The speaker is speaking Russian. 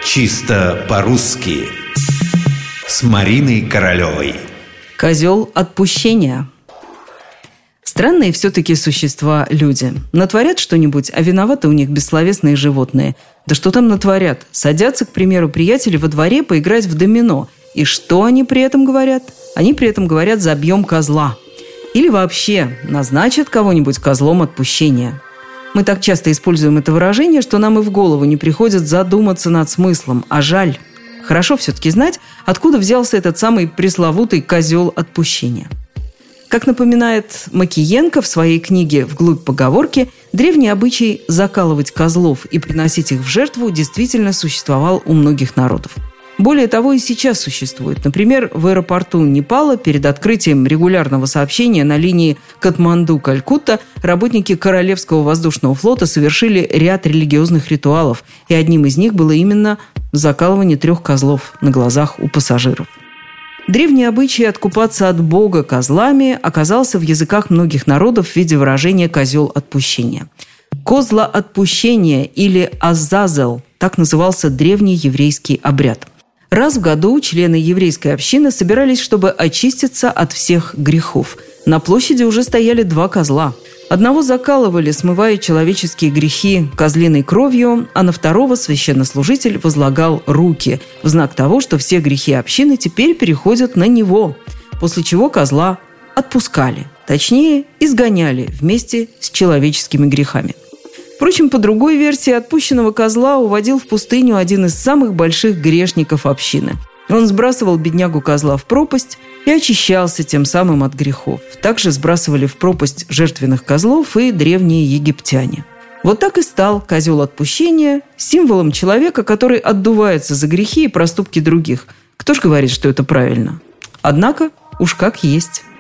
Чисто по-русски с Мариной Королевой. Козел отпущения. Странные все-таки существа люди. Натворят что-нибудь, а виноваты у них бессловесные животные. Да что там натворят? Садятся, к примеру, приятели во дворе поиграть в домино. И что они при этом говорят? Они при этом говорят: «забьем козла». Или вообще назначат кого-нибудь козлом отпущения. Мы так часто используем это выражение, что нам и в голову не приходит задуматься над смыслом. А жаль. Хорошо все-таки знать, откуда взялся этот самый пресловутый козел отпущения. Как напоминает Макиенко в своей книге «Вглубь поговорки», древний обычай закалывать козлов и приносить их в жертву действительно существовал у многих народов. Более того, и сейчас существует. Например, в аэропорту Непала перед открытием регулярного сообщения на линии Катманду-Калькутта работники Королевского воздушного флота совершили ряд религиозных ритуалов, и одним из них было именно закалывание 3 козлов на глазах у пассажиров. Древний обычай откупаться от Бога козлами оказался в языках многих народов в виде выражения «козел отпущения». Козлоотпущение или азазел – так назывался древний еврейский обряд. Раз в году члены еврейской общины собирались, чтобы очиститься от всех грехов. На площади уже стояли 2 козла. Одного закалывали, смывая человеческие грехи козлиной кровью, а на второго священнослужитель возлагал руки в знак того, что все грехи общины теперь переходят на него, после чего козла отпускали, точнее, изгоняли вместе с человеческими грехами. Впрочем, по другой версии, отпущенного козла уводил в пустыню один из самых больших грешников общины. Он сбрасывал беднягу козла в пропасть и очищался тем самым от грехов. Также сбрасывали в пропасть жертвенных козлов и древние египтяне. Вот так и стал козел отпущения символом человека, который отдувается за грехи и проступки других. Кто ж говорит, что это правильно? Однако уж как есть.